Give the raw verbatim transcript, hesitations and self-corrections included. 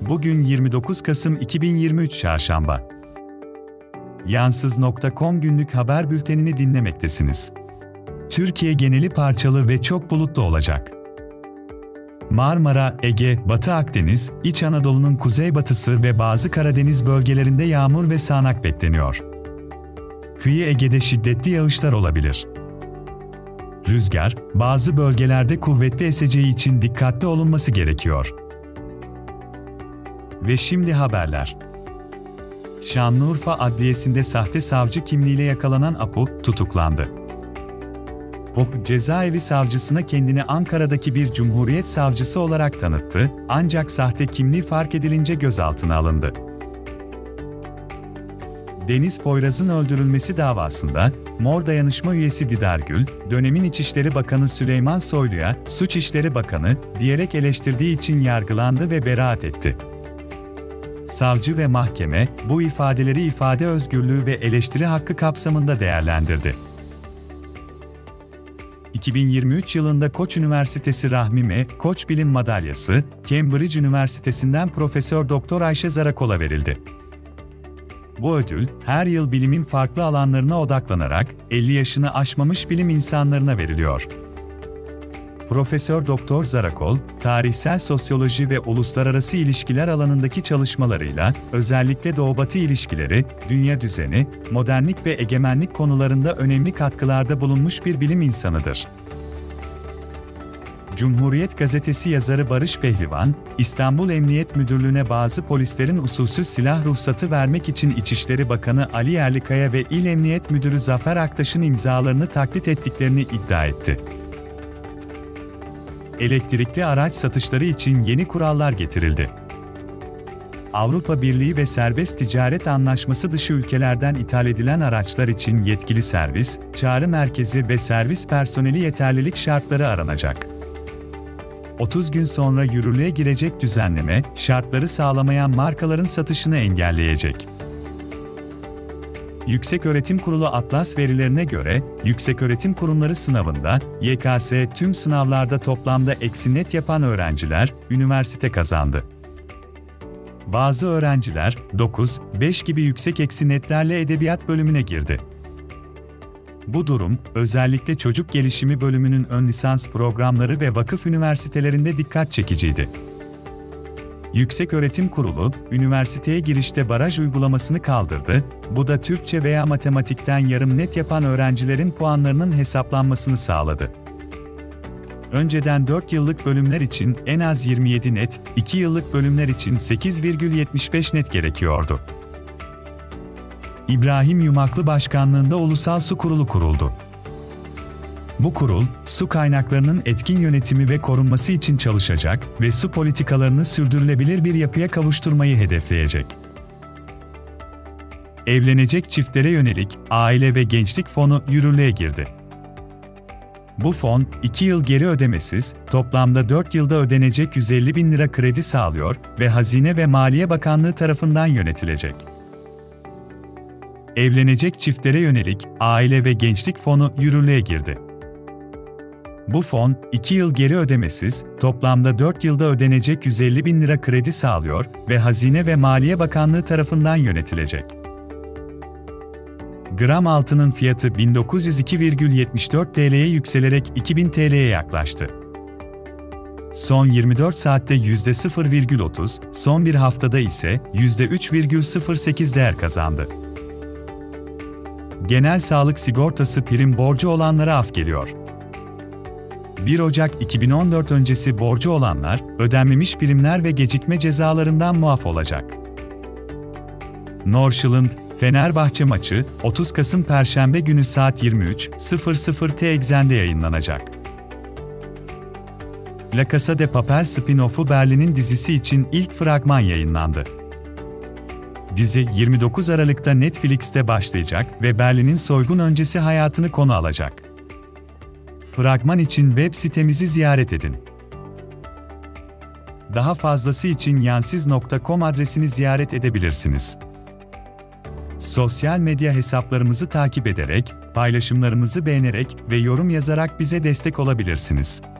Bugün yirmi dokuz Kasım iki bin yirmi üç Çarşamba. Yansız nokta com günlük haber bültenini dinlemektesiniz. Türkiye geneli parçalı ve çok bulutlu olacak. Marmara, Ege, Batı Akdeniz, İç Anadolu'nun kuzeybatısı ve bazı Karadeniz bölgelerinde yağmur ve sağanak bekleniyor. Kıyı Ege'de şiddetli yağışlar olabilir. Rüzgar, bazı bölgelerde kuvvetli eseceği için dikkatli olunması gerekiyor. Ve şimdi haberler. Şanlıurfa Adliyesi'nde sahte savcı kimliğiyle yakalanan Apu, tutuklandı. Apu, cezaevi savcısına kendini Ankara'daki bir Cumhuriyet savcısı olarak tanıttı, ancak sahte kimliği fark edilince gözaltına alındı. Deniz Poyraz'ın öldürülmesi davasında, Mor Dayanışma üyesi Didar Gül, dönemin İçişleri Bakanı Süleyman Soylu'ya "Suç İşleri Bakanı" diyerek eleştirdiği için yargılandı ve beraat etti. Savcı ve mahkeme, bu ifadeleri ifade özgürlüğü ve eleştiri hakkı kapsamında değerlendirdi. iki bin yirmi üç yılında Koç Üniversitesi Rahmi M. Koç Bilim Madalyası, Cambridge Üniversitesi'nden Profesör Doktor Ayşe Zarakol'a verildi. Bu ödül, her yıl bilimin farklı alanlarına odaklanarak elli yaşını aşmamış bilim insanlarına veriliyor. Profesör Doktor Zarakol, tarihsel sosyoloji ve uluslararası ilişkiler alanındaki çalışmalarıyla, özellikle Doğu-Batı ilişkileri, dünya düzeni, modernlik ve egemenlik konularında önemli katkılarda bulunmuş bir bilim insanıdır. Cumhuriyet Gazetesi yazarı Barış Pehlivan, İstanbul Emniyet Müdürlüğü'ne bazı polislerin usulsüz silah ruhsatı vermek için İçişleri Bakanı Ali Yerlikaya ve İl Emniyet Müdürü Zafer Aktaş'ın imzalarını taklit ettiklerini iddia etti. Elektrikli araç satışları için yeni kurallar getirildi. Avrupa Birliği ve Serbest Ticaret Anlaşması dışı ülkelerden ithal edilen araçlar için yetkili servis, çağrı merkezi ve servis personeli yeterlilik şartları aranacak. otuz gün sonra yürürlüğe girecek düzenleme, şartları sağlamayan markaların satışını engelleyecek. Yükseköğretim Kurulu Atlas verilerine göre, yükseköğretim kurumları sınavında, Y K S tüm sınavlarda toplamda eksi net yapan öğrenciler, üniversite kazandı. Bazı öğrenciler, dokuz, beş gibi yüksek eksi netlerle edebiyat bölümüne girdi. Bu durum, özellikle çocuk gelişimi bölümünün ön lisans programları ve vakıf üniversitelerinde dikkat çekiciydi. Yükseköğretim Kurulu, üniversiteye girişte baraj uygulamasını kaldırdı, bu da Türkçe veya matematikten yarım net yapan öğrencilerin puanlarının hesaplanmasını sağladı. Önceden dört yıllık bölümler için en az yirmi yedi net, iki yıllık bölümler için sekiz virgül yetmiş beş net gerekiyordu. İbrahim Yumaklı başkanlığında Ulusal Su Kurulu kuruldu. Bu kurul, su kaynaklarının etkin yönetimi ve korunması için çalışacak ve su politikalarını sürdürülebilir bir yapıya kavuşturmayı hedefleyecek. Evlenecek çiftlere yönelik Aile ve Gençlik Fonu yürürlüğe girdi. Bu fon, iki yıl geri ödemesiz, toplamda dört yılda ödenecek yüz elli bin lira kredi sağlıyor ve Hazine ve Maliye Bakanlığı tarafından yönetilecek. Evlenecek çiftlere yönelik Aile ve Gençlik Fonu yürürlüğe girdi. Bu fon, iki yıl geri ödemesiz, toplamda dört yılda ödenecek yüz elli bin lira kredi sağlıyor ve Hazine ve Maliye Bakanlığı tarafından yönetilecek. Gram altının fiyatı bin dokuz yüz iki virgül yetmiş dört TL'ye yükselerek iki bin TL'ye yaklaştı. Son yirmi dört saatte yüzde sıfır virgül otuz, son bir haftada ise yüzde üç virgül sıfır sekiz değer kazandı. Genel sağlık sigortası prim borcu olanlara af geliyor. bir Ocak iki bin on dört öncesi borcu olanlar, ödenmemiş primler ve gecikme cezalarından muaf olacak. Norşiland, Fenerbahçe maçı, otuz Kasım Perşembe günü saat yirmi üç sıfır sıfır T Eksen'de yayınlanacak. La Casa de Papel spin-off'u Berlin'in dizisi için ilk fragman yayınlandı. Dizi yirmi dokuz Aralık'ta Netflix'te başlayacak ve Berlin'in soygun öncesi hayatını konu alacak. Fragman için web sitemizi ziyaret edin. Daha fazlası için yansiz nokta com adresini ziyaret edebilirsiniz. Sosyal medya hesaplarımızı takip ederek, paylaşımlarımızı beğenerek ve yorum yazarak bize destek olabilirsiniz.